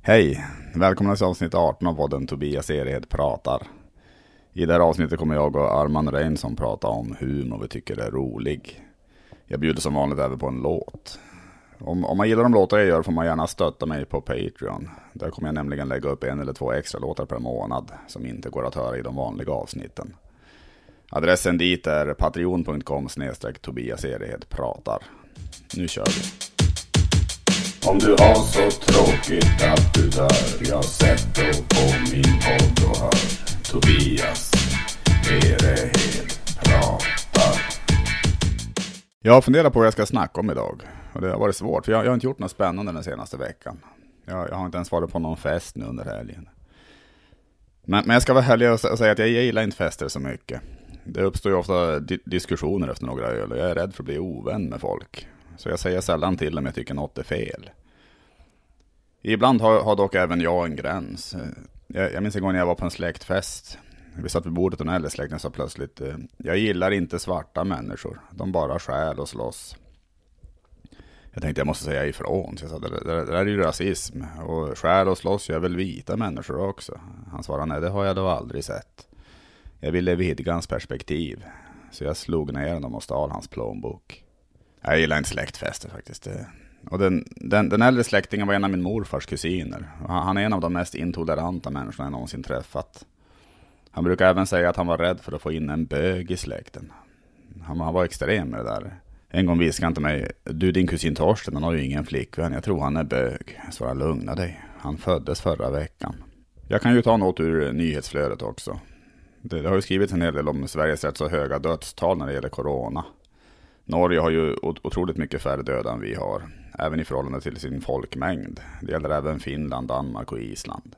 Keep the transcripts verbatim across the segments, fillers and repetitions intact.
Hej, välkomna till avsnitt arton av podden Tobias Erehed pratar. I det här avsnittet kommer jag och Arman Reinsson prata om humor vi tycker är rolig. Jag bjuder som vanligt även på en låt. Om, om man gillar de låtar jag gör får man gärna stötta mig på Patreon. Där kommer jag nämligen lägga upp en eller två extra låtar per månad som inte går att höra i de vanliga avsnitten. Adressen dit är patreon punkt com snedstreck Tobias Erehed pratar. Nu kör vi. Om du har så tråkigt att du dör, jag sätter på min podd och hör Tobias Erehed pratar. Jag funderar på vad jag ska snacka om idag. Och det har varit svårt, för jag, jag har inte gjort något spännande den senaste veckan. Jag, jag har inte ens varit på någon fest nu under helgen. Men, men jag ska vara härlig och säga att jag gillar inte fester så mycket. Det uppstår ju ofta di- diskussioner efter några öl och jag är rädd för att bli ovän med folk. Så jag säger sällan till om jag tycker något är fel. Ibland har, har dock även jag en gräns. Jag, jag minns en gång när jag var på en släktfest. Vi satt vid bordet och den äldre släkten sa plötsligt: jag gillar inte svarta människor. De bara stjäl och slåss. Jag tänkte jag måste säga ifrån. Så jag sa, det, det, det där är ju rasism. Och stjäl och slåss gör väl vita människor också. Han svarade: nej, det har jag då aldrig sett. Jag ville vidga hans perspektiv. Så jag slog ner honom och stal hans plånbok. Jag gillar inte släktfester faktiskt. Och den, den, den äldre släktingen var en av min morfars kusiner. Han, han är en av de mest intoleranta människorna jag någonsin träffat. Han brukar även säga att han var rädd för att få in en bög i släkten. Han, han var extrem med det där. En gång viskade han till mig: du, din kusin Torsten, han har ju ingen flickvän. Jag tror han är bög. Så jag lugna dig. Han föddes förra veckan. Jag kan ju ta något ur nyhetsflödet också. Det, det har ju skrivits en hel del om Sveriges rätt så höga dödstal när det gäller corona. Norge har ju otroligt mycket färre döda än vi har, även i förhållande till sin folkmängd. Det gäller även Finland, Danmark och Island.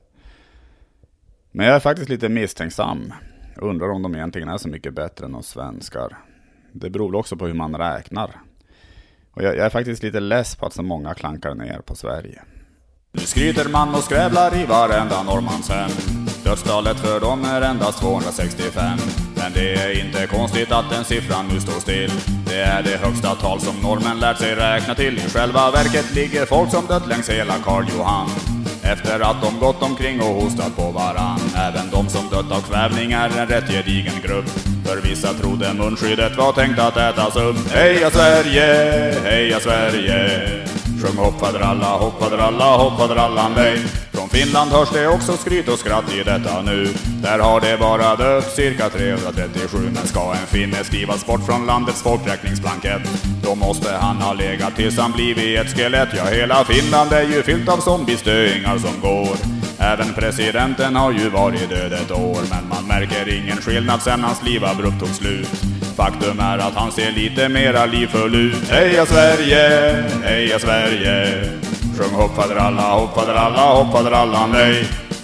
Men jag är faktiskt lite misstänksam. Undrar om de egentligen är så mycket bättre än oss svenskar. Det beror också på hur man räknar. Och jag, jag är faktiskt lite less på att så många klankar ner på Sverige. Nu skryter man och skrävlar i varenda norrmanshem. Dödstalet för dem är endast tvåhundrasextiofem. Men det är inte konstigt att den siffran nu står still. Det är det högsta tal som norrmän lärt sig räkna till. I själva verket ligger folk som dött längs hela Karl Johan, efter att de gått omkring och hostat på varann. Även de som dött av kvävning är en rätt gedigen grupp. För vissa trodde munskyddet var tänkt att ätas upp. Heja Sverige, heja Sverige. Sjung hoppadralla, hoppadralla, hoppadrallan dig. Från Finland hörs det också skryt och skratt i detta nu. Där har det bara dött cirka trehundratrettiosju. Men ska en finne skrivas bort från landets folkräkningsblankett, då måste han ha legat tills han blivit ett skelett. Ja, hela Finland är ju fyllt av zombiestöingar som går. Även presidenten har ju varit död ett år. Men man märker ingen skillnad sen hans liv abrupt tog slut. Faktum är att han ser lite mera livfull ut. Heja Sverige, heja Sverige. Sjung hoppadralla, hoppadralla, hoppadralla nej.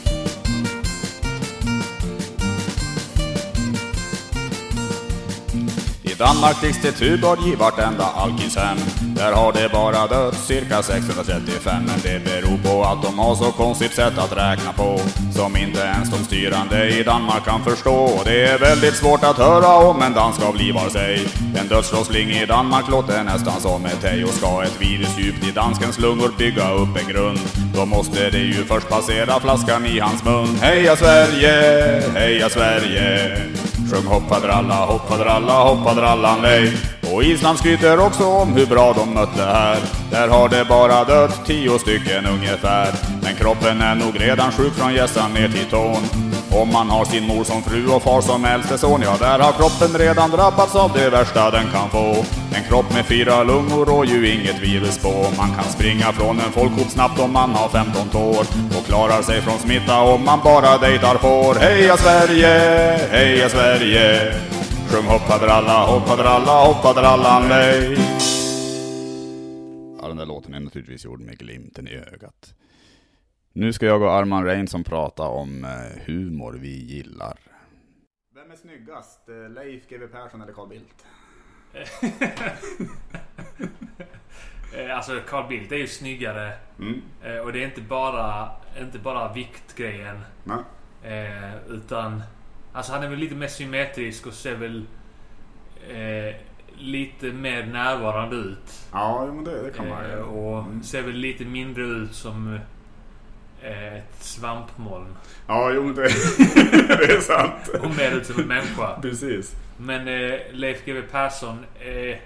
I Danmark tycks det Tuborg i vartenda alkishem. Där har det bara dött cirka sexhundratrettiofem. Men det beror på att de har så konstigt sätt att räkna på, som inte ens de styrande i Danmark kan förstå. Det är väldigt svårt att höra om en dansk avlivar sig. En dödsrossling i Danmark låter nästan som ett hej. Och ska ett virus djupt i danskens lungor bygga upp en grund, då måste det ju först passera flaskan i hans mun. Heja Sverige, heja Sverige. Sjung hoppadralla, hoppadralla, hoppadrallan nej. Och Island skryter också om hur bra de mötte här. Där har det bara dött tio stycken ungefär. Men kroppen är nog redan sjuk från gässan ner till tån. Om man har sin mor som fru och far som äldste son, ja, där har kroppen redan drabbats av det värsta den kan få. En kropp med fyra lungor och ju inget virus på. Man kan springa från en folkhop snabbt om man har femton tår, och klarar sig från smitta om man bara dejtar får. Heja Sverige, heja Sverige. Sjung hoppadralla, hoppadralla, hoppadrallan nej. Ja, den där låten är naturligtvis gjord med glimten i ögat. Nu ska jag och Arman Reinsson prata om humor vi gillar. Vem är snyggast? Leif G W Persson eller Carl Bildt? Alltså Carl Bildt är ju snyggare. Mm. Och det är inte bara, inte bara viktgrejen. Nej. Utan alltså han är väl lite mer symmetrisk och ser väl eh, lite mer närvarande ut. Ja, men det, det kan man ju. Och mm. ser väl lite mindre ut som ett svampmoln. Ja, jo, det, det är sant. Och mer ut som en människa. Precis. Men eh, Leif G W Persson är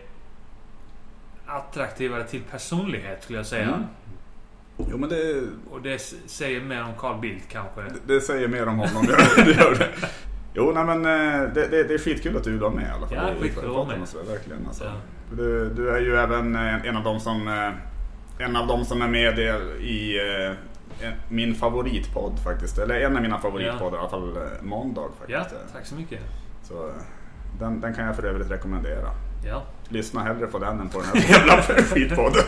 attraktivare till personlighet, skulle jag säga. Mm. Jo, men det... Och det säger mer om Carl Bildt kanske. Det, det säger mer om honom, det, det gör det. Jo, nej, men det, det, det är skitkul att du är med i alla fall. Ja, skitkul att vara med. Verkligen, alltså. Ja. Du, du är ju även en av dem som en av dem som är med i en, min favoritpodd faktiskt. Eller en av mina favoritpoddar, ja. I alla fall Måndag faktiskt. Ja, tack så mycket. Så den, den kan jag för övrigt rekommendera. Ja. Lyssna hellre på den än på den här jävla skitpodden.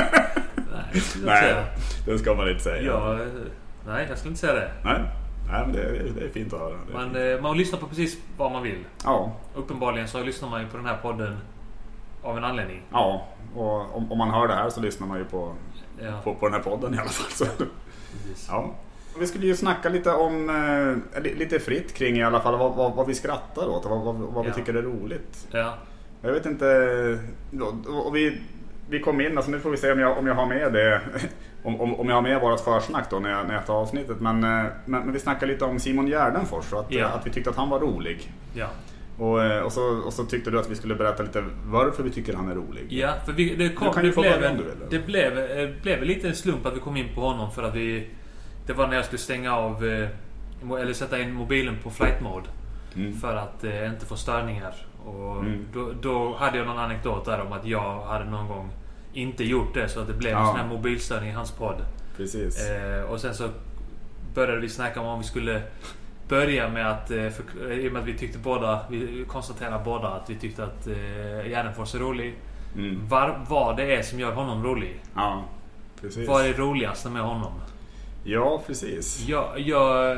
Nej, nej, det ska man inte säga. Ja, nej, jag skulle inte säga det. Nej, nej men det är, det är fint att höra. Man, fint. man lyssnar på precis vad man vill. Ja. Uppenbarligen så lyssnar man ju på den här podden av en anledning. Ja, och om, om man hör det här så lyssnar man ju på, ja. på, på den här podden i alla fall. Så. Ja. Vi skulle ju snacka lite om eh, lite fritt kring i alla fall vad, vad, vad vi skrattar åt och vad, vad, vad ja. vi tycker är roligt. Ja. Jag vet inte, och vi, vi kom in, alltså nu får vi se om jag, om jag har med det, om, om, om jag har med vårat försnack då när jag, när jag tar avsnittet, men, men, men vi snackar lite om Simon Gärdenfors och att, ja. att vi tyckte att han var rolig. Ja. Och, och, så, och så tyckte du att vi skulle berätta lite varför vi tycker han är rolig. Ja, för vi, det, kom, det, blev, en, det blev, blev lite en slump att vi kom in på honom för att vi, det var när jag skulle stänga av eller sätta in mobilen på flight mode mm. för att eh, inte få störningar. Och mm. då, då hade jag någon anekdot där om att jag hade någon gång inte gjort det så att det blev ja. en sån här mobilstörning i hans podd. Precis. Eh, och sen så började vi snacka om om vi skulle börja med att, för, i och med att vi tyckte båda, vi konstaterade båda att vi tyckte att eh, Gärdenfors är rolig. Mm. Var, vad det är som gör honom rolig. Ja, precis. Vad är det roligaste med honom? Ja, precis. Jag, jag,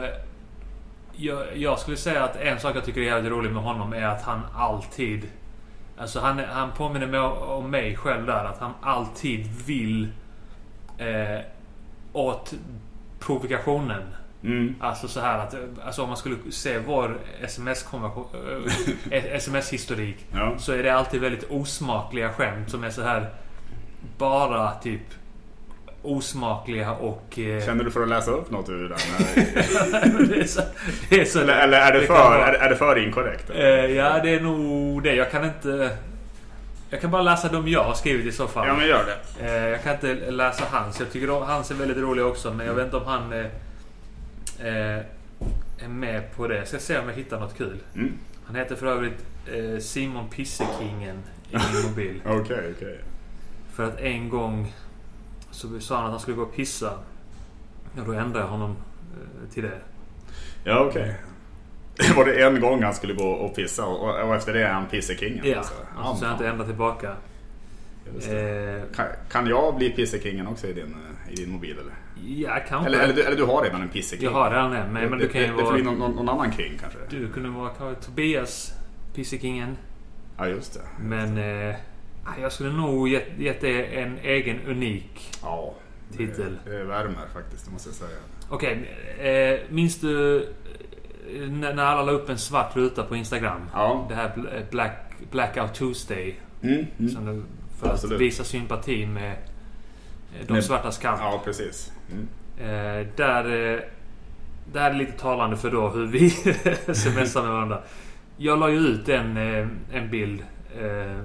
jag, jag skulle säga att en sak jag tycker är jävligt rolig med honom är att han alltid, alltså han, han påminner mig om mig själv där, att han alltid vill eh, åt provokationen. Mm. Alltså så här att alltså om man skulle se vår sms-konversation äh, sms-historik ja. Så är det alltid väldigt osmakliga skämt som är så här bara typ osmakliga och eh... känner du för att läsa upp något ur den? det är så, det är så, eller, eller är det, det för är, är det för inkorrekt? Eh, ja, det är nog det. Jag kan inte jag kan bara läsa dem jag har skrivit i så fall. Ja, men gör det. Eh, jag kan inte läsa hans. Jag tycker att hans är väldigt rolig också, men jag vet inte om han eh, är med på det. Jag ska se om jag hittar något kul. Mm. Han heter för övrigt eh, Simon Pissekingen i min mobil. Okej, okay, okej. Okay. För att en gång så sa han att han skulle gå och pissa. Och då ändrade jag honom eh, till det. Ja, okej. Okay. Var det en gång han skulle gå och pissa och, och efter det är han Pissekingen? Ja, alltså. Och så har jag inte ändrat tillbaka. Eh, kan, kan jag bli Pissekingen också i din, i din mobil eller? Ja, kanske. Eller, eller, du, eller du har redan en Pisseking. Jag har redan en, men, det, men du kan ju det, vara... Det får någon, någon, någon annan king kanske. Du kunde vara kanske Tobias Pissekingen. Ja, just det. Just men det. Eh, jag skulle nog gett, gett det en egen unik ja, titel. Det, det värmer faktiskt, det måste jag säga. Okej, okay, eh, minns du när, när alla la upp en svart ruta på Instagram? Ja. Det här Black, Blackout Tuesday. Mm, mm. Som du, för Absolut. Att visa sympati med de med, svartas kamp. Ja, precis. Mm. Eh, där, där är lite talande för då hur vi smsar med varandra. Jag la ju ut en, en bild eh,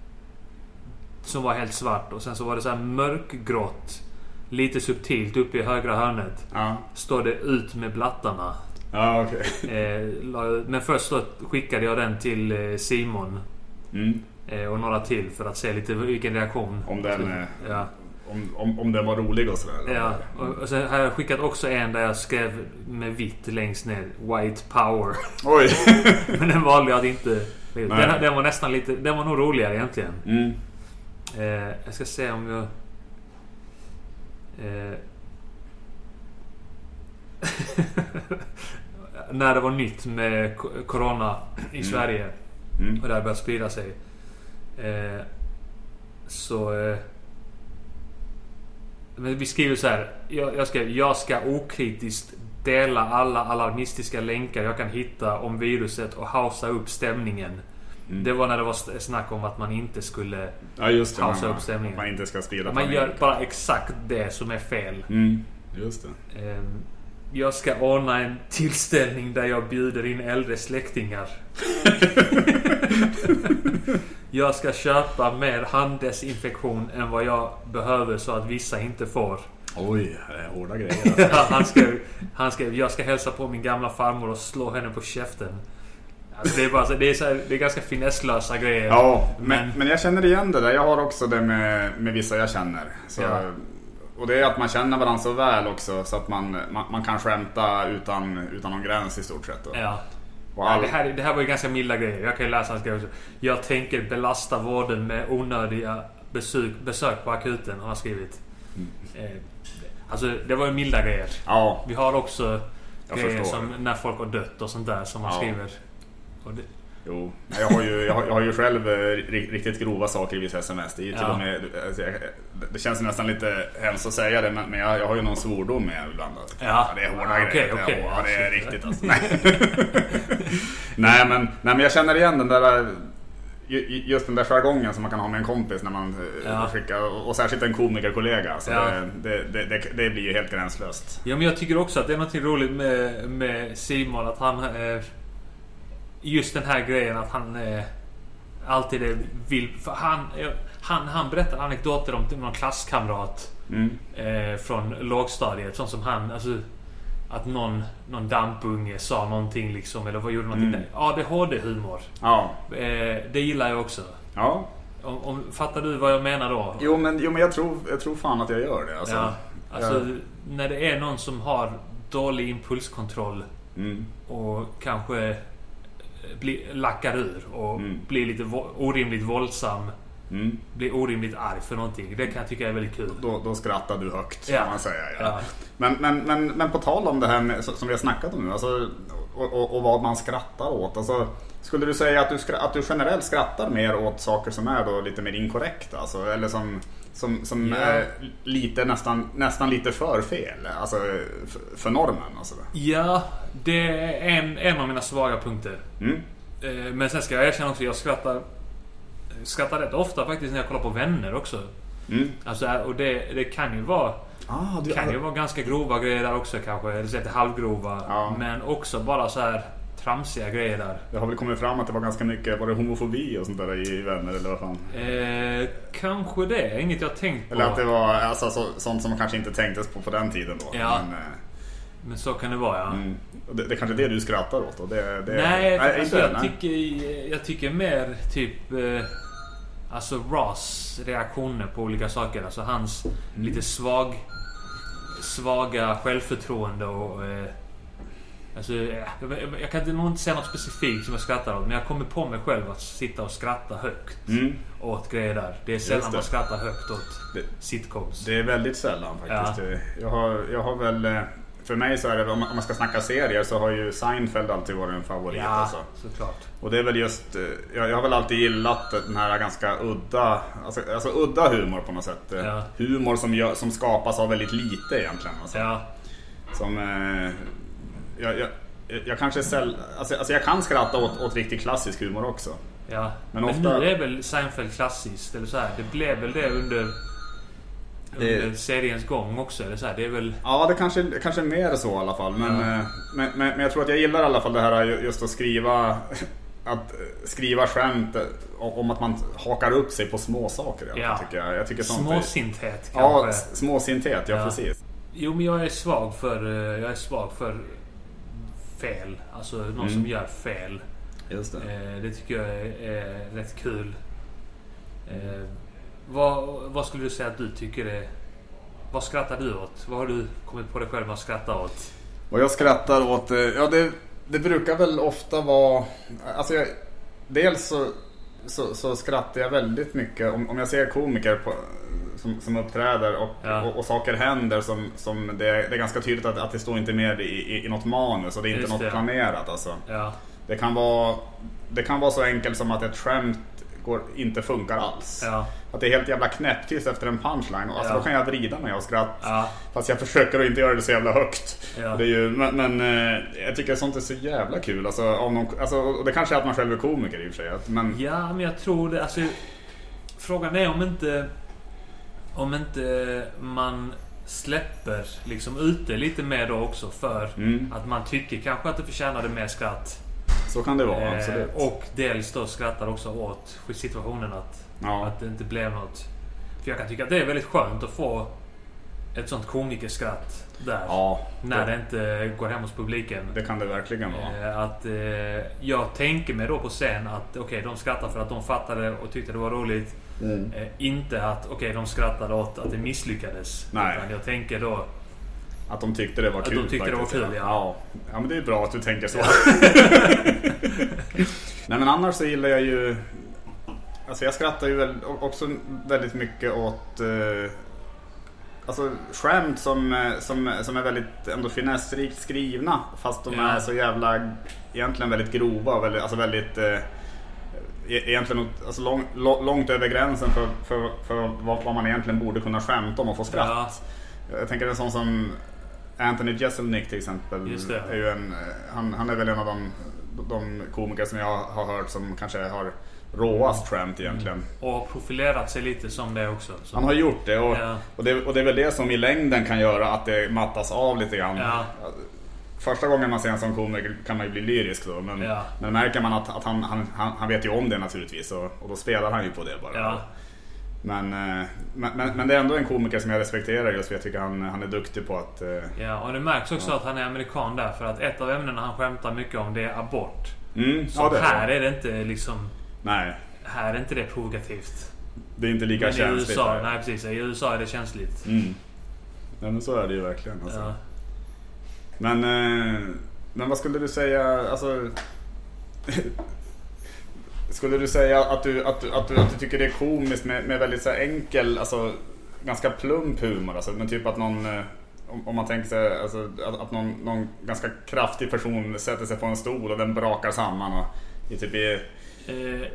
som var helt svart och sen så var det så här mörkgrått, lite subtilt uppe i högra hörnet. Ja. Står det ut med blattarna. Ja, okej. Okay. Eh, men först då skickade jag den till Simon. Mm. Och några till för att se lite vilken reaktion. Om den, ja. om, om, om den var rolig och sådär. Ja, och, och sen har jag skickat också en där jag skrev med vitt längst ner White Power. Oj. Men den valde jag att inte. Den, den var nästan lite, den var nog roligare egentligen. Mm. Eh, jag ska se om jag eh, när det var nytt med corona i mm. Sverige mm. och det här började sprida sig. Eh, så eh, men vi skriver så här. Jag, jag, ska, jag ska okritiskt dela alla alarmistiska länkar jag kan hitta om viruset och hausa upp stämningen. Mm. Det var när det var snack om att man inte skulle ja, just det, hausa man, upp stämningen. Man inte ska sprida man gör bara exakt det som är fel. Mm. Just det. Eh, jag ska ordna en tillställning där jag bjuder in äldre släktingar. Jag ska köpa mer handdesinfektion än vad jag behöver så att vissa inte får. Oj, det är hårda grejer. Alltså. Ja, han skrev, han skrev, jag ska hälsa på min gamla farmor och slå henne på käften. Alltså det är bara så, det är så här, det är ganska finesslösa grejer. Ja, men, men, men jag känner igen det där. Jag har också det med, med vissa jag känner. Så, ja. Och det är att man känner varandra så väl också så att man, man, man kan skämta utan, utan någon gräns i stort sett. Då. Ja. Och all... ja, det, här, det här var ju ganska milda grejer. Jag kan ju läsa hans grejer också. Jag tänker belasta vården med onödiga besök, besök på akuten, har han skrivit. Mm. Eh, alltså det var ju milda grejer. Ja. Vi har också jag grejer förstår. Som när folk har dött och sånt där som man ja. skriver. Och det... Jo, jag har ju, jag har, jag har ju själv riktigt grova saker i vissa sms. Det, är till ja. och med, alltså, jag, det känns nästan lite hemskt att säga det, men jag, jag har ju någon svordom med ibland. Ja. Ja, det är hårda ja, grejer. Okay, okay. Ja, det är riktigt alltså. nej. nej, men, nej, men jag känner igen den där, just den där jargongen som man kan ha med en kompis när man ja. skickar, och särskilt en komikerkollega. Så ja. det, det, det, det blir ju helt gränslöst. Ja, men jag tycker också att det är något roligt med, med Simon, att han... Eh, just den här grejen att han eh, alltid är vill, för han, eh, han, han berättar anekdoter om någon klasskamrat mm. eh, från lågstadiet, sånt som han, alltså att någon, någon dampunge sa någonting liksom, eller vad gjorde någonting mm. där. A D H D-humor. Ja. Eh, det gillar jag också. Ja. Om, om, fattar du vad jag menar då? Jo, men, jo, men jag, tror, jag tror fan att jag gör det. Alltså, ja. alltså jag... när det är någon som har dålig impulskontroll mm. och kanske blir, lackar ur och mm. blir lite vo- orimligt våldsam, mm. blir orimligt arg för någonting. Det kan jag tycka är väldigt kul. Då, då skrattar du högt, ja. kan man säga. Ja. Ja. Men, men, men, men på tal om det här med, som vi har snackat om nu, alltså, och, och, och vad man skrattar åt. Alltså, skulle du säga att du, skra- att du generellt skrattar mer åt saker som är då lite mer inkorrekta? Alltså, eller som, som, som ja. är lite, nästan, nästan lite för fel? Alltså, för, för normen? Alltså. Ja, det är en, en av mina svaga punkter. Mm. Men sen ska jag erkänna också, jag skrattar skrattar rätt ofta faktiskt när jag kollar på Vänner också. Mm. Alltså, och det, det kan ju vara ah, det kan ju vara ganska grova grejer där också kanske, eller så lite halvgrova, ja. Men också bara så här tramsiga grejer där. Det har väl kommit fram att det var ganska mycket, var det homofobi och sånt där i Vänner eller vad fan? Eh, kanske det, inget jag tänkt på. Eller att det var alltså, så, sånt som man kanske inte tänktes på på den tiden då. Ja. Men, eh, men så kan det vara, ja. Mm. Det, det är kanske det du skrattar åt. Och det, det, nej, nej, alltså, inte, jag, nej. tycker, jag tycker mer typ eh, alltså Ross reaktioner på olika saker. Alltså hans mm. lite svag svaga självförtroende och eh, alltså, jag, jag kan nog inte säga något specifikt som jag skrattar åt, men jag kommer på mig själv att sitta och skratta högt mm. åt grejer där. Det är sällan man skrattar högt åt det, sitcoms. Det är väldigt sällan faktiskt. Ja. Jag, har, jag har väl... För mig så är det, om man ska snacka serier, så har ju Seinfeld alltid varit en favorit. Ja, alltså. såklart. Och det är väl just, jag, jag har väl alltid gillat den här ganska udda, alltså, alltså udda humor på något sätt. Ja. Humor som, gör, som skapas av väldigt lite egentligen. Alltså. Ja. Som, eh, jag, jag, jag kanske säll, alltså, alltså jag kan skratta åt, åt riktigt klassisk humor också. Ja, men, men ofta... nu är väl Seinfeld klassiskt, eller så här, det blev väl det under... under seriens gång också, eller så här, det är väl... Ja, det kanske, kanske mer så i alla fall. Men, ja. men, men, men jag tror att jag gillar i alla fall det här just att skriva att skriva skämt om att man hakar upp sig på små saker. Ja. Tycker jag. Jag tycker sånt småsinthet är... kanske. Ja, småsinthet, ja, ja precis. Jo, men jag är svag för jag är svag för fel. Alltså någon mm. som gör fel. Just det. Det tycker jag är, är rätt kul. Vad, vad skulle du säga att du tycker är... Vad skrattar du åt? Vad har du kommit på dig själv att skratta åt? Vad jag skrattar åt... Ja, det, det brukar väl ofta vara... Alltså jag, dels så, så, så skrattar jag väldigt mycket om, om jag ser komiker på, som, som uppträder och, ja. och, och saker händer som, som det, det är ganska tydligt att, att det står inte med i, i, i något manus och det är inte Just något det. planerat. Alltså. Ja. Det, kan vara, det kan vara så enkelt som att ett skämt går, inte funkar alls. Ja. Att det är helt jävla knäpptyst efter en punchline. Alltså ja. Då kan jag vrida mig och skratta. Ja. Fast jag försöker att inte göra det så jävla högt. Ja. Det är ju, men men jag tycker att sånt är så jävla kul. Alltså, om någon, alltså, och det kanske är att man själv är komiker i och för sig. Men... Ja, men jag tror det. Alltså, frågan är om inte om inte man släpper liksom ute lite mer då också för mm. att man tycker kanske att det förtjänade mer skratt. Så kan det vara, eh, absolut. Och dels då skrattar också åt situationen att, ja. att det inte blev något. För jag kan tycka att det är väldigt skönt att få ett sånt komikerskratt där. Ja, när det, det inte går hem hos publiken. Det kan det verkligen vara. Eh, att eh, jag tänker mig då på scen att okej, okay, de skrattar för att de fattade och tyckte det var roligt. Mm. Eh, inte att okej, okay, de skrattade åt att det misslyckades. Nej. Utan jag tänker då att de tyckte det var kul. Att de tyckte faktiskt. det var kul, ja. ja. Ja, men det är bra att du tänker så. Nej, men annars så gillar jag ju... Alltså jag skrattar ju väl också väldigt mycket åt... Eh, alltså skämt som, som, som är väldigt ändå finessrikt skrivna. Fast de ja. är så jävla... Egentligen väldigt grova och väldigt... Alltså väldigt eh, egentligen alltså lång, långt över gränsen för, för, för vad, vad man egentligen borde kunna skämta om och få skratt. Ja. Jag tänker en sån som Anthony Jeselnik till exempel. Just det. Är ju en, han, han är väl en av de, de komiker som jag har hört som kanske har råast skämt egentligen. Mm. Och profilerat sig lite som det också. Så. Han har gjort det och, ja. och det och det är väl det som i längden kan göra att det mattas av lite grann. Ja. Första gången man ser en sån komiker kan man ju bli lyrisk då, men, ja. men märker man att, att han, han, han vet ju om det naturligtvis och, och då spelar han ju på det bara. Ja. Men, men, men, men det är ändå en komiker som jag respekterar just för jag tycker han, han är duktig på att... Ja, och det märks också ja. att han är amerikan där för att ett av ämnena han skämtar mycket om det är abort. Mm, så ja, det är här det. är det inte liksom... Nej. Här är inte det provokativt. Det är inte lika men känsligt. I U S A, här. nej precis, i U S A är det känsligt. Mm. Ja, men så är det ju verkligen alltså. Ja. Men, men vad skulle du säga alltså... Skulle du säga att du, att du, att du, att du tycker det är komiskt med, med väldigt så enkel, alltså ganska plump humor, alltså, men typ att någon, om, om man tänker sig alltså, att, att någon, någon ganska kraftig person sätter sig på en stol och den brakar samman och i typ i... Eh,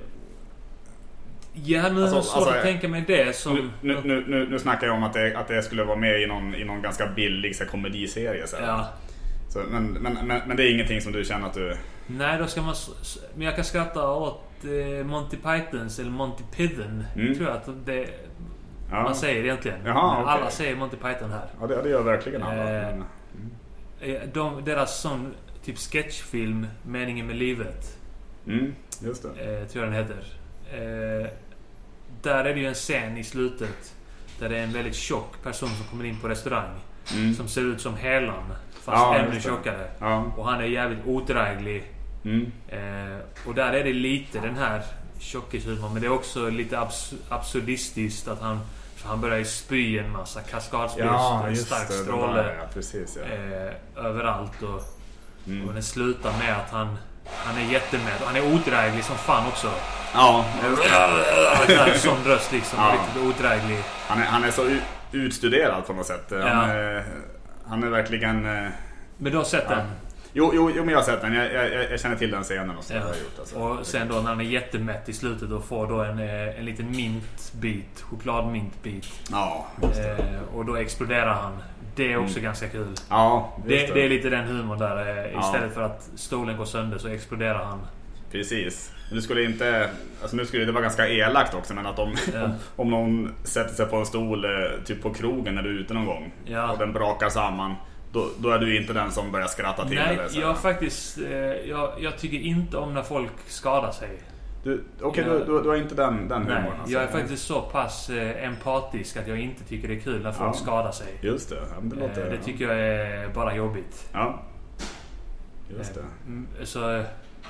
ja, nu alltså, är det svårt alltså, att tänka mig det som... Nu, nu, nu, nu snackar jag om att det, att det skulle vara med i någon, i någon ganska billig så, komediserie så, ja. så, men, men, men, men det är ingenting som du känner att du... Nej, då ska man... Men jag kan skratta åt eh, Monty Pythons eller Monty Python. Mm. Tror jag att det... Ja. Man säger egentligen. Jaha, okay. Alla säger Monty Python här. Ja, det, det gör verkligen alla. Eh, mm. de, deras sån typ sketchfilm Meningen med livet. Mm, just det. Eh, tror jag den heter. Eh, där är det ju en scen i slutet där det är en väldigt tjock person som kommer in på restaurang. Mm. Som ser ut som Helan. Fast ja, ännu tjockare. Ja. Och han är jävligt odräglig. Mm. Eh, och där är det lite den här tjockishumorn. Men det är också lite abs- absurdistiskt att han... För han börjar ju spy en massa kaskadspys ja, och en stark det, stråle där, ja, precis, ja. eh, överallt. Och, mm. och den slutar med att han, han är jättemed. Han är odräglig som fan också. Ja, det är en sån röst liksom. Ja. Riktigt odräglig. Han är, han är så u- utstuderad på något sätt. Han, ja. är, han är verkligen... Men du har sett ja. den? Jo, jo, jo, men jag har sett den. Jag, jag, jag känner till den scenen och så ja. har jag gjort. Alltså. Och sen då när han är jättemätt i slutet och får då en, en liten mintbit, chokladmintbit. Ja, just det. Eh, och då exploderar han. Det är också mm. ganska kul. Ja, det, det. det är lite den humorn där. Eh, istället ja. för att stolen går sönder så exploderar han. Precis. Men du skulle inte... Alltså nu skulle det vara ganska elakt också, men att om, ja. om, om någon sätter sig på en stol typ på krogen när du är ute någon gång ja. och den brakar samman, Då, då är du inte den som börjar skratta till. Nej, eller så. jag faktiskt eh, jag, jag tycker inte om när folk skadar sig. Okej, okay, du, du, du har inte den, den nej, humorn alltså. Jag är faktiskt så pass eh, empatisk att jag inte tycker det är kul när folk ja. skadar sig. Just det, ja, det, låter, eh, det tycker jag är bara jobbigt. Ja, just det. Eh, så...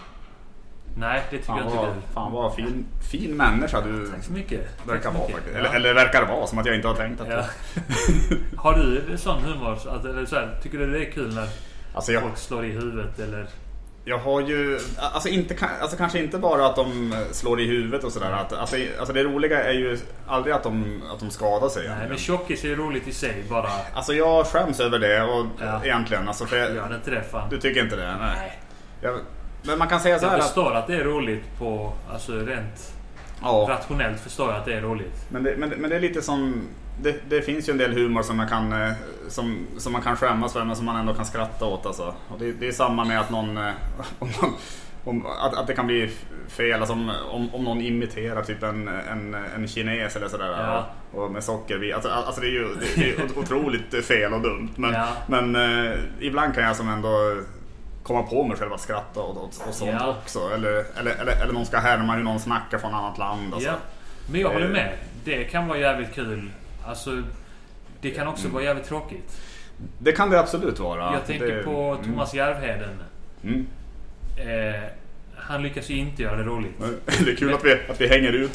Nej, det tycker fan jag inte var, kul. Fan vad fin, fin människa du Tack så mycket. verkar Tack så vara mycket. faktiskt. Ja. Eller, eller verkar vara, som att jag inte har tänkt att ja. Har du sån humor? Att, eller så här, tycker du det är kul när alltså jag, folk slår i huvudet? Eller? Jag har ju... Alltså, inte, alltså kanske inte bara att de slår i huvudet och sådär. Att, alltså, alltså det roliga är ju aldrig att de, att de skadar sig. Nej, men tjockis är ju roligt i sig. Bara... Alltså jag skäms över det och, ja. egentligen. Alltså, för jag, Gör det inte det, fan. Du tycker inte det? Nej. Nej. Jag, men man kan säga så här jag förstår att, att det är roligt på... Alltså rent... Ja. Rationellt förstår jag att det är roligt. Men det, men, men det är lite som... Det, det finns ju en del humor som man kan som, som man kan skämmas för, men som man ändå kan skratta åt alltså. Och det, det är samma med att någon om, man, om, att, att det kan bli fel, alltså om, om, om någon imiterar typ en, en, en kines eller sådär, ja. och, och med socker, alltså, alltså det är ju det är otroligt fel och dumt, men, ja. men eh, ibland kan jag som ändå komma på mig själv att skratta och, och, och sånt ja. också, eller, eller, eller, eller någon ska härma hur någon snackar från annat land, alltså. Ja. Men jag håller med, det kan vara jävligt kul, alltså det kan också mm. vara jävligt tråkigt. Det kan det absolut vara. Jag tänker det, på Thomas mm. Järvheden. Mm. Eh, han lyckas ju inte göra det roligt. Det är kul men, att, vi, att vi hänger ut.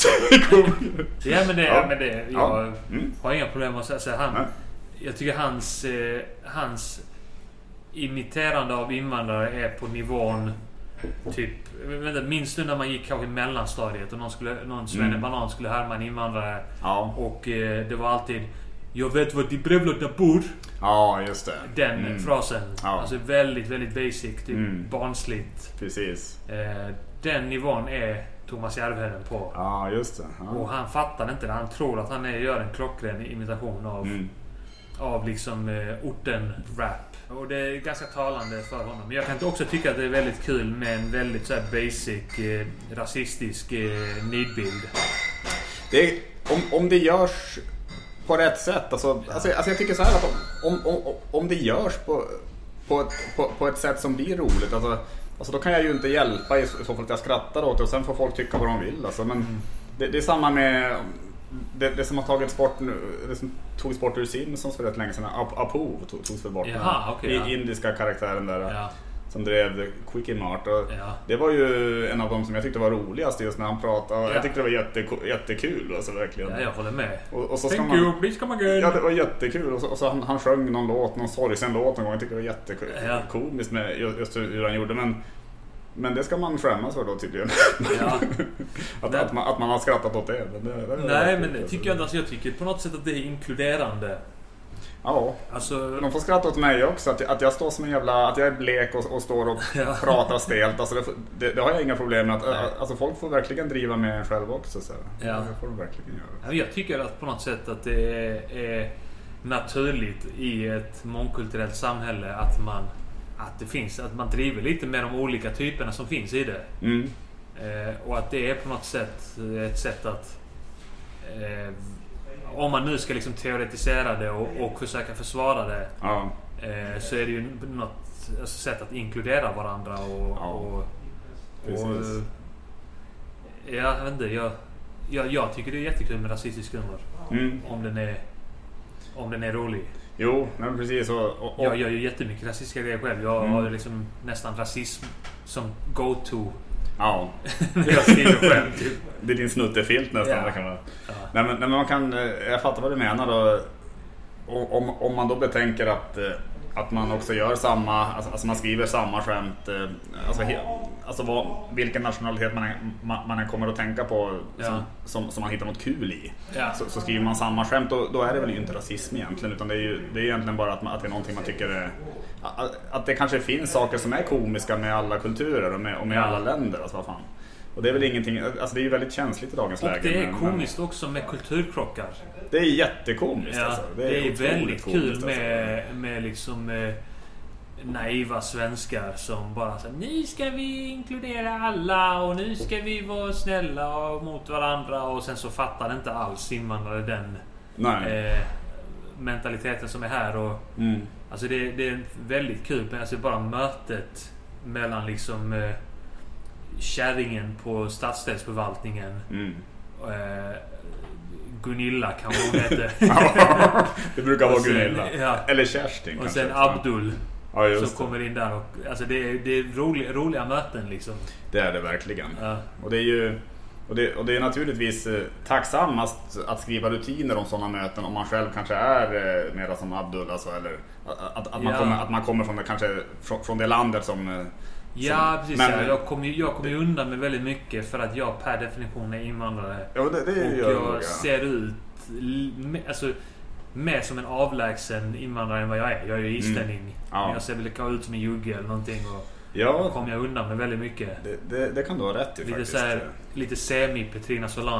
ja, men det, ja. men det jag ja. mm. har inga problem att säga så han. Nej. Jag tycker hans eh, hans imiterande av invandrare är på nivån typ, vänta, minns du när man gick kanske i mellanstadiet och någon skulle någon svennebanan mm. skulle härma en invandrare ja. och eh, det var alltid jag vet vad de brevlådorna bor. Ja, just det. Den mm. frasen. Ja. Alltså väldigt, väldigt basic. Typ mm. barnsligt. Precis. Eh, den nivån är Thomas Järvheden på. Ja, just det. Ja. Och han fattar inte det. Han tror att han är, gör en klockren imitation av, mm. av liksom eh, orten-rap. Och det är ganska talande för honom. Men jag kan också tycka att det är väldigt kul med en väldigt så här basic, eh, rasistisk eh, nidbild. Det är, om, om det görs på rätt sätt, alltså, ja. alltså, alltså jag tycker så här att om, om, om, om det görs på, på, ett, på, på ett sätt som blir roligt, alltså, alltså då kan jag ju inte hjälpa i så fall att jag skrattar åt det och sen får folk tycka vad de vill, alltså, men mm. det, det är samma med det, det som har tagit bort det som tog bort ur Simpsons för rätt länge sedan, Apu togs för bort. Jaha, okay, i ja. indiska karaktären där. Ja. Som drev Quickie Mart och ja. det var ju en av dem som jag tyckte var roligast just när han pratade. Ja. Jag tyckte det var jätte, jättekul, alltså verkligen. Ja, jag håller med. Och, och så ska Thank man, you, please come again. Ja, det var jättekul. Och så, och så han, han sjöng någon låt, någon sorgsen låt någon gång. Jag tyckte det var jättekomiskt ja. med just hur han gjorde, men men det ska man skämmas för då tydligen. Ja. att, det... att, man, att man har skrattat åt det. Men det, det Nej, men det tycker jag, alltså, jag tycker på något sätt att det är inkluderande. Ja, alltså, de får skratta åt mig också att, att jag står som en jävla, att jag är blek och, och står och ja. pratar stelt, alltså det, det, det har jag inga problem med att, alltså folk får verkligen driva med en själv också så. Ja. Det får de verkligen göra. Jag tycker att på något sätt att det är, är naturligt i ett mångkulturellt samhälle att man att det finns, att man driver lite med de olika typerna som finns i det. Mm. Eh, och att det är på något sätt ett sätt att eh, om man nu ska liksom teoretisera det och, och försöka försvara det ja. eh, så är det ju något alltså, sätt att inkludera varandra och, ja. och, och jag vet inte, jag, jag, jag tycker det är jättekul med rasistisk humor. Mm. Om den är om den är rolig. Jo, men precis. Och, och, och. Jag gör ju jättemycket rasistiska grejer själv. Jag mm. har liksom nästan rasism som go-to. Ja. jag skriver själv typ. Det är din snuttefilt nästan. Ja. Kan man. Ja. Nej, men, nej, men man kan, jag fattar vad du menar då. Om, om man då betänker att, att man också gör samma, alltså, alltså man skriver samma skämt, alltså, he, alltså vad, vilken nationalitet man, man, man kommer att tänka på ja. som, som, som man hittar något kul i. Ja. Så, så skriver man samma skämt, då, då är det väl inte rasism egentligen, utan det är ju det är egentligen bara att, man, att det är någonting man tycker är, att, att det kanske finns saker som är komiska med alla kulturer och med, och med ja. alla länder, alltså vad fan. Och det är väl ingenting, alltså det är ju väldigt känsligt i dagens och läge. Och det är komiskt men, också med kulturkrockar. Det är jättekomiskt ja, alltså. Det är, det är väldigt kul med, alltså. med liksom eh, naiva svenskar som bara säger nu ska vi inkludera alla och nu ska vi vara snälla mot varandra och sen så fattar inte alls invandrare den eh, mentaliteten som är här och mm. alltså det, det är väldigt kul men alltså bara mötet mellan liksom eh, kärringen på stadsdelsförvaltningen mm. eh, Gunilla kan hon heta. Ja, det brukar vara sen, Gunilla ja. Eller Kerstin och kanske. sen Abdul ja, som kommer in där och, alltså det är, det är roliga, roliga möten liksom. Det är det verkligen ja. Och det är ju och det, och det är naturligtvis eh, tacksammast att skriva rutiner om sådana möten om man själv kanske är eh, mera som Abdul alltså, eller att, att, man ja. kommer, att man kommer från det, kanske från, från det landet som eh, ja, precis. Men, jag kommer ju jag kommer ju undan med väldigt mycket för att jag per definition är invandrare. Ja, det, det och jag, jag ja. ser ut alltså mer som en avlägsen invandrare än vad jag är. Jag är ju islänning. Mm. Ja. Jag ser väl ut som en jugge eller någonting och ja. kommer jag undan med väldigt mycket. Det, det, det kan du ha rätt i lite faktiskt. Så här, lite semi Petrina Solange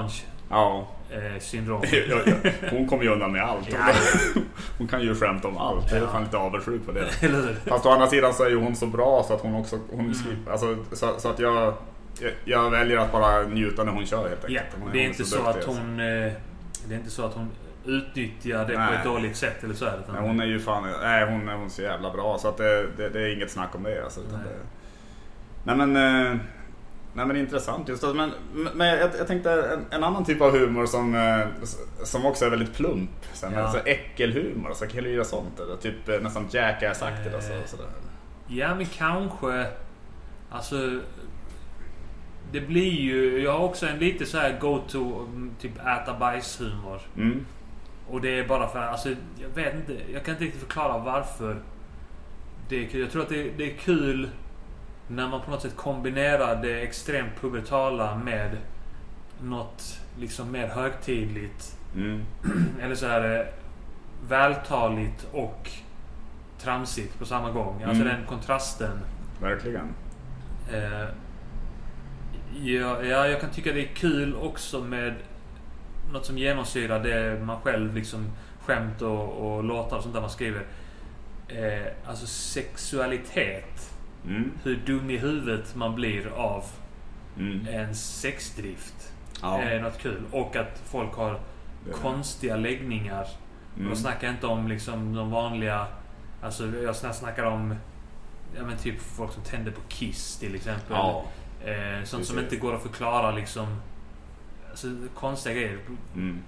ja. eh, syndrom. ja, ja. Hon kommer ju undan med allt. Ja. Hon kan ju skämta om allt. Jag är fan lite avundsjuk på det. Fast å andra sidan så är ju hon så bra så att hon också hon mm. slipper, alltså, så, så att jag, jag jag väljer att bara njuta när hon kör helt enkelt. Ja, det är inte så, så att hon eh, det är inte så att hon utnyttjar det nej. På ett dåligt sätt eller så är det. Nej, hon är ju fan nej, hon är hon så jävla bra så att det, det, det är inget snack om det alltså, utan nej. Det, nej men eh, nej men intressant just men men jag, jag tänkte en, en annan typ av humor som eh, som också är väldigt plump sen ja. Alltså äckelhumor så kan du göra sånt eller typ nästan jackass-aktigt alltså, eh, så där. Ja men kanske alltså det blir ju jag har också en lite så här go to typ äta bajs humor. Mm. Och det är bara för alltså jag vet inte jag kan inte riktigt förklara varför det är kul. Jag tror att det, det är kul när man på något sätt kombinerar det extremt pubertala med något liksom mer högtidligt mm. eller så här vältaligt och tramsigt på samma gång. Alltså mm. den kontrasten. Verkligen. Eh, ja, ja, jag kan tycka det är kul också med något som genomsyrar det man själv liksom skämt och, och låtar och sånt där man skriver. Eh, alltså sexualitet. Mm. Hur dum i huvudet man blir av mm. en sexdrift ja. Är något kul. Och att folk har det. Konstiga läggningar. Mm. Och snackar inte om liksom de vanliga. Alltså jag snackar om ja, men typ folk som tänder på Kiss till exempel. Ja. Eh, sånt precis. Som inte går att förklara liksom. Alltså konstiga grejer. Mm.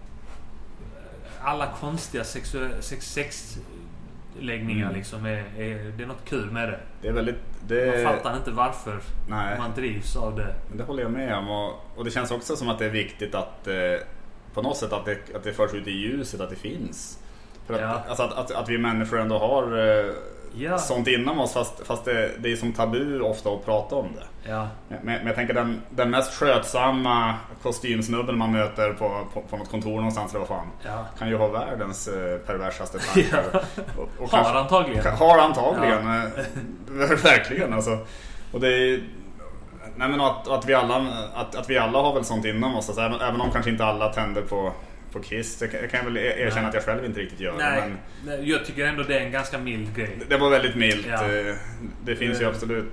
Alla konstiga sexu- sex, sex läggningar mm. liksom är, är, det är något kul med det. Det är väldigt det... Man fattar inte varför nej. Man drivs av det. Men det håller jag med om och, och det känns också som att det är viktigt att eh, på något sätt att det, att det förs ut i ljuset att det finns. För att, ja. Alltså att, att, att vi människor ändå har eh, ja. Sånt inom oss fast, fast det, det är som tabu ofta att prata om det. Ja. Men, men jag tänker den, den mest skötsamma kostymsnubben man möter på, på, på något kontor någonstans eller vad fan ja. Kan ju ha världens eh, perversaste tankar. Ja. Och, och har kanske, antagligen. Har antagligen. Ja. Eh, verkligen alltså. Och det är nej men att, att, vi alla, att, att vi alla har väl sånt inom oss alltså, även, även om kanske inte alla tänder på på Kiss. Jag kan, jag kan väl erkänna nej. Att jag själv inte riktigt gör nej. Men nej, jag tycker ändå det är en ganska mild grej. Det var väldigt milt. Ja. Det finns det... ju absolut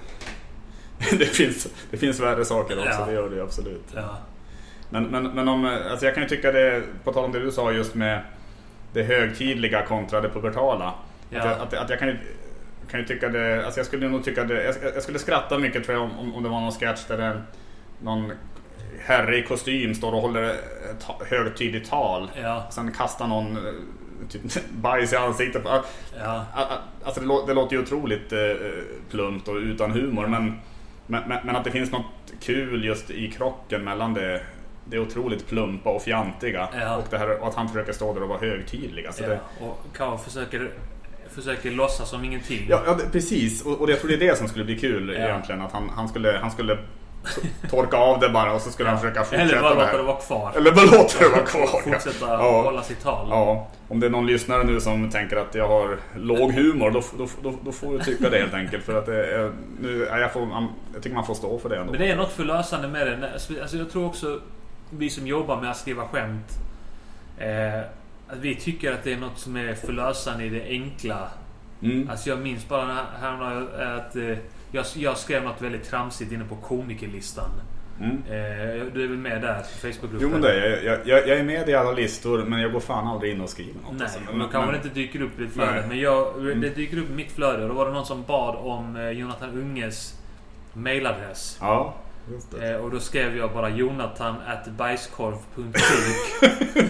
det finns det finns värre saker också, ja. Det gör det absolut. Ja. Men men men om alltså jag kan ju tycka det på tal om det du sa just med det högtidliga kontra det pubertala. Ja. Att, jag, att, att jag kan ju kan ju tycka det alltså jag skulle nog tycka det jag, jag skulle skratta mycket tror jag om, om det var någon sketch där det, någon herre i kostym står och håller ett högtidligt tal. Ja. Sen kastar någon typ bajs i ansiktet. Ja. Alltså det, lå- det låter ju otroligt eh, plumpt och utan humor. Ja. Men, men, men att det finns något kul just i krocken mellan det, det otroligt plumpa och fjantiga. Ja. Och, det här, och att han försöker stå där och vara högtidlig. Alltså ja. Det... Och Karl försöker, försöker låtsas som ingenting. Ja, ja det, precis. Och, och jag tror det är det som skulle bli kul ja. Egentligen. Att han, han skulle... Han skulle torka av det bara och så skulle ja. Han försöka fortsätta eller bara låta det vara kvar. Eller bara låta det vara kvar. Fortsätta ja. Hålla sitt tal. Ja. Om det är någon lyssnare nu som tänker att jag har låg humor då, då, då, då får du tycka det helt enkelt för att det är, nu, jag, får, jag tycker man får stå för det ändå. Men det är något förlösande med det. Alltså jag tror också vi som jobbar med att skriva skämt eh, att vi tycker att det är något som är förlösande i det enkla. Mm. Alltså jag minns bara här att eh, Jag, jag skrev något väldigt tramsigt inne på komikerlistan. Mm. Eh, du är väl med där på Facebookgruppen? Jo men det är jag, jag, jag är med i alla listor men jag går fan aldrig in och skriver något. Nej, alltså. men, då kan men, man inte dyker upp i ditt flöde. Men jag, mm. det dyker upp i mitt flöde och då var det någon som bad om eh, Jonathan Unges mailadress. Ja, just det. Eh, och då skrev jag bara jonathan at bajskorv punkt kuk.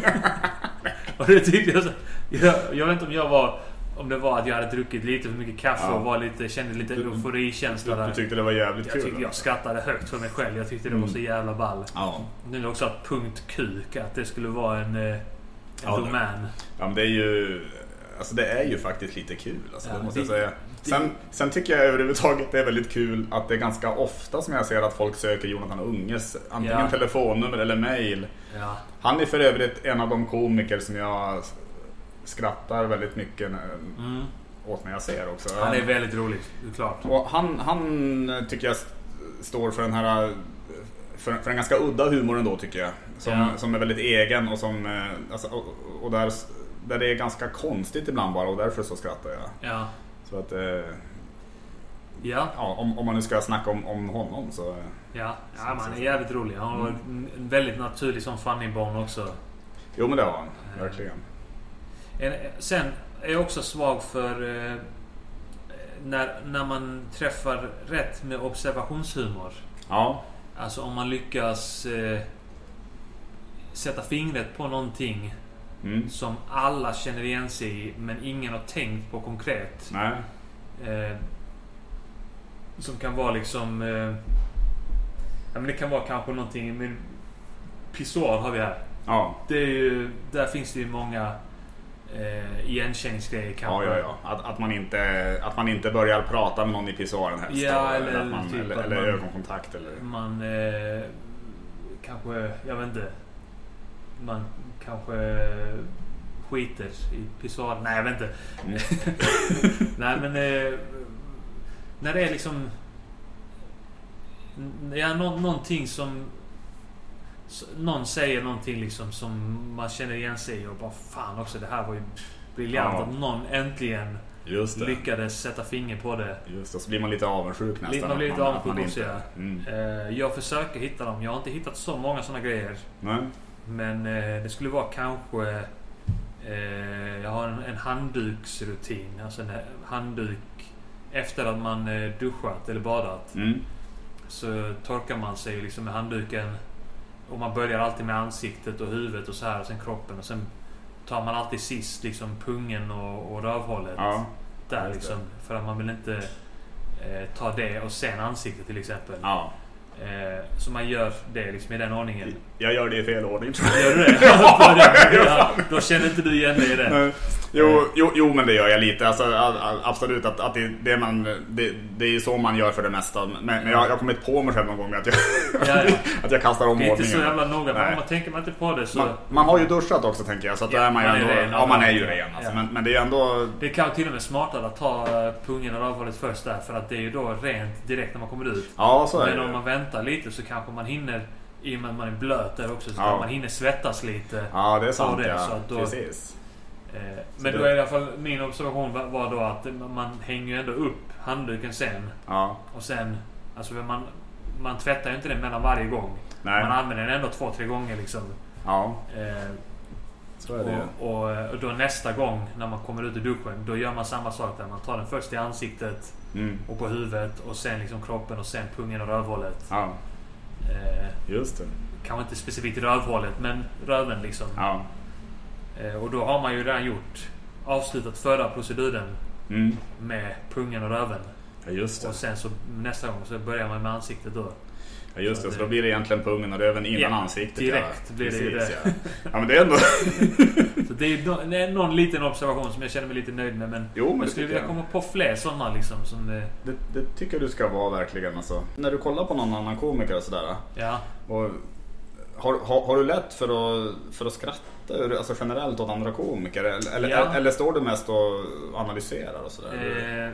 Och det tyckte jag så, jag, jag vet inte om jag var om det var att jag hade druckit lite för mycket kaffe ja. Och var lite, kände lite euforikänsla där. Du tyckte det var jävligt jag kul? Tyckte, jag skrattade högt för mig själv. Jag tyckte det var så jävla ball. Ja. Nu är det också att punkt kuk, att det skulle vara en, en ja, domän. Ja, men det är ju alltså det är ju faktiskt lite kul alltså, ja, det måste det, jag säga. Sen, sen tycker jag överhuvudtaget det är väldigt kul att det är ganska ofta som jag ser att folk söker Jonathan Unges antingen ja. Telefonnummer eller mail. Ja. Han är för övrigt en av de komiker som jag skrattar väldigt mycket mm. åt när jag ser också. Han är väldigt rolig, klart. Och han, han tycker jag står för den här för, för en ganska udda humor ändå tycker jag. Som, ja. som är väldigt egen och som eh, alltså, och, och där, där det är ganska konstigt ibland bara, och därför så skrattar jag. Ja. Så att eh, ja. ja, om, om man nu ska snacka om, om honom så... Ja, ja man är jävligt rolig. Han var mm. en väldigt naturlig som funny bone också. Jo, men det var han, verkligen. En, sen är jag också svag för eh, när, när man träffar rätt med observationshumor. Ja. Alltså om man lyckas eh, sätta fingret på någonting mm. som alla känner igen sig i, men ingen har tänkt på konkret. Nej. Eh, som kan vara liksom eh, ja, men det kan vara kanske någonting med pissoar har vi här. Ja. Det är ju, där finns det ju många eh, igenkänningsgrejer kanske. Ja, ja, ja. Att, att, man inte, att man inte börjar prata med någon i pissoaren helst. Ja, eller, eller, att man, typ eller, att eller man, ögonkontakt. Eller... Man eh, kanske, jag vet inte, man kanske skiter i pissoaren. Nej, jag vet inte. Mm. Nej, men eh, när det är liksom ja, nå- någonting som någon säger någonting liksom som man känner igen sig i och bara fan också, det här var ju briljant ja. Att någon äntligen lyckades sätta finger på det. Just det, så blir man lite avundsjuk nästan. Man blir lite avundsjuk också, ja. Mm. Jag försöker hitta dem. Jag har inte hittat så många sådana grejer. Nej. Men det skulle vara kanske jag har en, en handduksrutin. Alltså en handduk efter att man duschat eller badat. Mm. Så torkar man sig liksom med handduken. Och man börjar alltid med ansiktet och huvudet och så här och sen kroppen och sen tar man alltid sist liksom pungen och, och rövhålet ja, där liksom för att man vill inte eh, ta det och sen ansiktet till exempel. Ja. Eh, så man gör det liksom i den ordningen. Jag gör det i fel ordning. Gör du det? Ja, då känner inte du igen dig i det. Jo, jo, jo, men det gör jag lite. Alltså, absolut att, att det, det, man, det, det är så man gör för det mesta. Men, men jag, jag har kommit på mig själv någon gång att jag, ja, ja. att jag kastar om ordningen. Det är inte så jävla noga, men man tänker man inte på det så... Man, man har ju duschat också, tänker jag. Så att ja, då är man ju man ändå... Är ren, ja, man är ju ren. Alltså, ja. men, men det är ju ändå... Det kan till och med smartare att ta pungen och rövhålet först där. För att det är ju då rent direkt när man kommer ut. Ja, så är men det. om man väntar lite så kanske man hinner... I och med att man är blöt där också så ja. Man hinner svettas lite. Ja, det är sant. Det, ja. så att då, precis. Eh, men då är i alla fall min observation var, var då att man hänger ju ändå upp handduken sen. Ja. Och sen, alltså man, man tvättar ju inte den mellan varje gång. Nej. Man använder den ändå två, tre gånger liksom. Ja. Eh, så är det. Och, och, och då nästa gång när man kommer ut i duschen, då gör man samma sak där. Man tar den först i ansiktet mm. och på huvudet och sen liksom kroppen och sen pungen och rövhålet. Ja. Eh, Just det. Kanske inte specifikt i rövhålet, men röven liksom. Ja. Eh, och då har man ju redan gjort avslutat förra proceduren mm. med pungen och röven. Ja, just det. Och sen så nästa gång så börjar man med ansiktet då. Ja, just det. Så, så då blir det egentligen pungen och röven innan ja, ansiktet. Direkt ja. blir det ju det. Ja. ja, men det är ändå... så det är, no- det är någon liten observation som jag känner mig lite nöjd med. Men jo, men jag skulle vilja komma på fler sådana liksom. Som det... Det, det tycker du ska vara verkligen. Alltså. När du kollar på någon annan komiker och sådär. Ja. Och har, har, har du lätt för att, för att skratta alltså generellt åt andra komiker? Eller, ja. eller, eller står du mest och analyserar och sådär? Eh,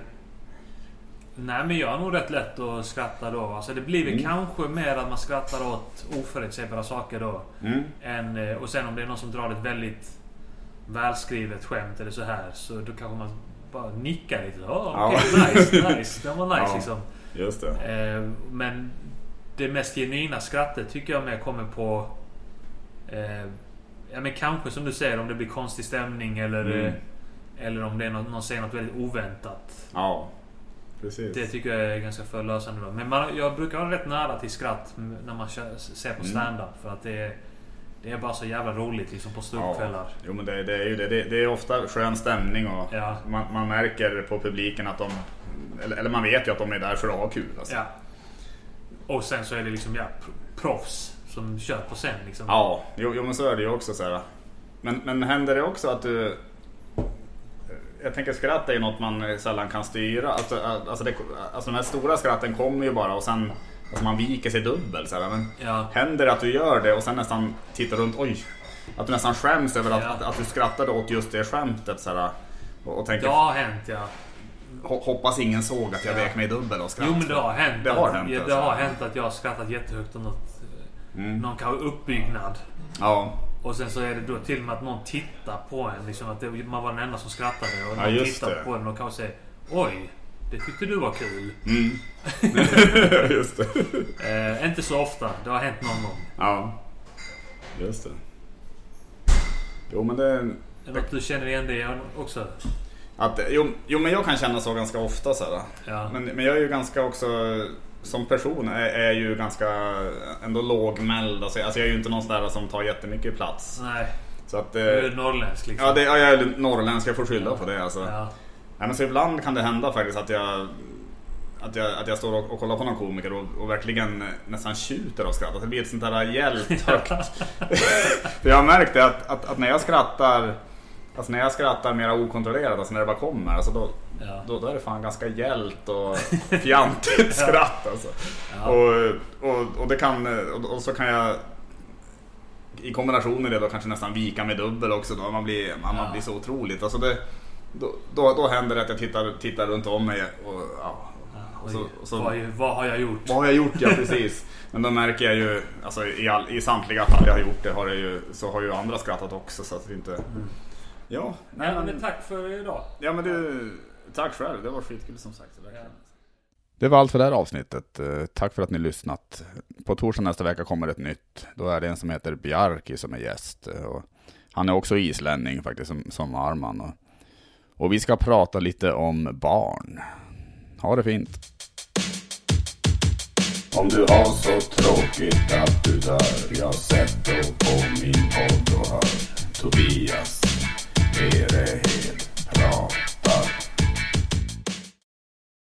nej, men jag har nog rätt lätt att skratta då. Alltså det blir väl mm. kanske mer att man skrattar åt oförutsägbara saker då. Mm. Än, och sen om det är någon som drar ett väldigt välskrivet skämt eller så här, så då kanske man bara nickar lite. Oh, okej, okay, nice, nice. Det var nice ja, liksom. Just det. Eh, men det mest genuina skrattet tycker jag mer kommer på eh, ja, men kanske som du säger om det blir konstig stämning eller, mm. eh, eller om det är någon, någon säger något väldigt oväntat. Ja, precis. Det tycker jag är ganska förlösande då. Men man, jag brukar ha rätt nära till skratt när man kör, ser på stand-up mm. för att det är, det är bara så jävla roligt liksom på ståuppkvällar. Ja, jo men det, det är ju det. det. Det är ofta skön stämning och ja. man, man märker på publiken att de eller, eller man vet ju att de är där för att ha kul alltså. Ja. Och sen så är det liksom ja, proffs som kör på scen liksom. Ja, jo, jo men så är det ju också så här. Men, men händer det också att du... Jag tänker skratt är ju något man sällan kan styra. Alltså, alltså, det, alltså den här stora skratten kommer ju bara och sen alltså man viker sig dubbel så här. Men ja. Händer det att du gör det och sen nästan tittar runt, oj, att du nästan skäms över att, ja. att, att du skrattade åt just det skämtet så här, och, och tänker, det har hänt, ja. Hoppas ingen såg att jag ja. vek mig dubbel och skratt. Jo, men det har hänt. Det har hänt, ja, alltså. Det har hänt att jag har skrattat jättehögt om något mm. någon kanske uppbyggnad. Ja. Och sen så är det då till och med att någon tittar på en. Liksom att det, man var den enda som skrattade. Och någon ja, tittar det. på en och kanske säger: oj, det tyckte du var kul. Mm. Just det. Eh, inte så ofta. Det har hänt någon gång. Ja. Just det. Jo, men det... Är det något du känner igen det också? Att, jo, jo, men jag kan känna så ganska ofta så här. Ja. Men, men jag är ju ganska också... Som person är, är ju ganska ändå lågmäld. Alltså, alltså jag är ju inte någon sån där som tar jättemycket plats. Nej. Så att, du är norrländsk liksom. Ja, det, ja, jag är norrländsk. Jag får skylla ja. på det. Alltså. Ja. Ja, men så ibland kan det hända faktiskt att jag... Att jag, att jag står och, och kollar på någon komiker och, och verkligen nästan tjuter av skratt. Att det blir ett sånt där hjält högt. För jag har märkt det att, att, att när jag skrattar... Alltså när jag skrattar mer okontrollerat, alltså när det bara kommer, alltså då, ja. då, då är det fan ganska hjält och fjantigt skratt alltså. Ja. Och, och, och det kan, och, och så kan jag i kombination med det då kanske nästan vika med dubbel också då. Man blir, man, ja. man blir så otroligt. Alltså det, då, då, då händer det att jag tittar, tittar runt om mig och, ja, och, så, och så, vad, vad har jag gjort? Vad har jag gjort, ja precis. Men då märker jag ju, alltså i, all, i samtliga fall jag har gjort det har jag ju, så har ju andra skrattat också så att det inte... Mm. Ja, nej, men tack för idag. Ja, men du, tack själv. Det var skitkul som sagt. Ja. Det var allt för det här avsnittet. Tack för att ni lyssnat. På torsdag nästa vecka kommer ett nytt. Då är det en som heter Bjarki som är gäst. Och han är också islänning faktiskt som, som Arman. Och, och vi ska prata lite om barn. Ha det fint. Om du har så tråkigt att du dör, jag sätter på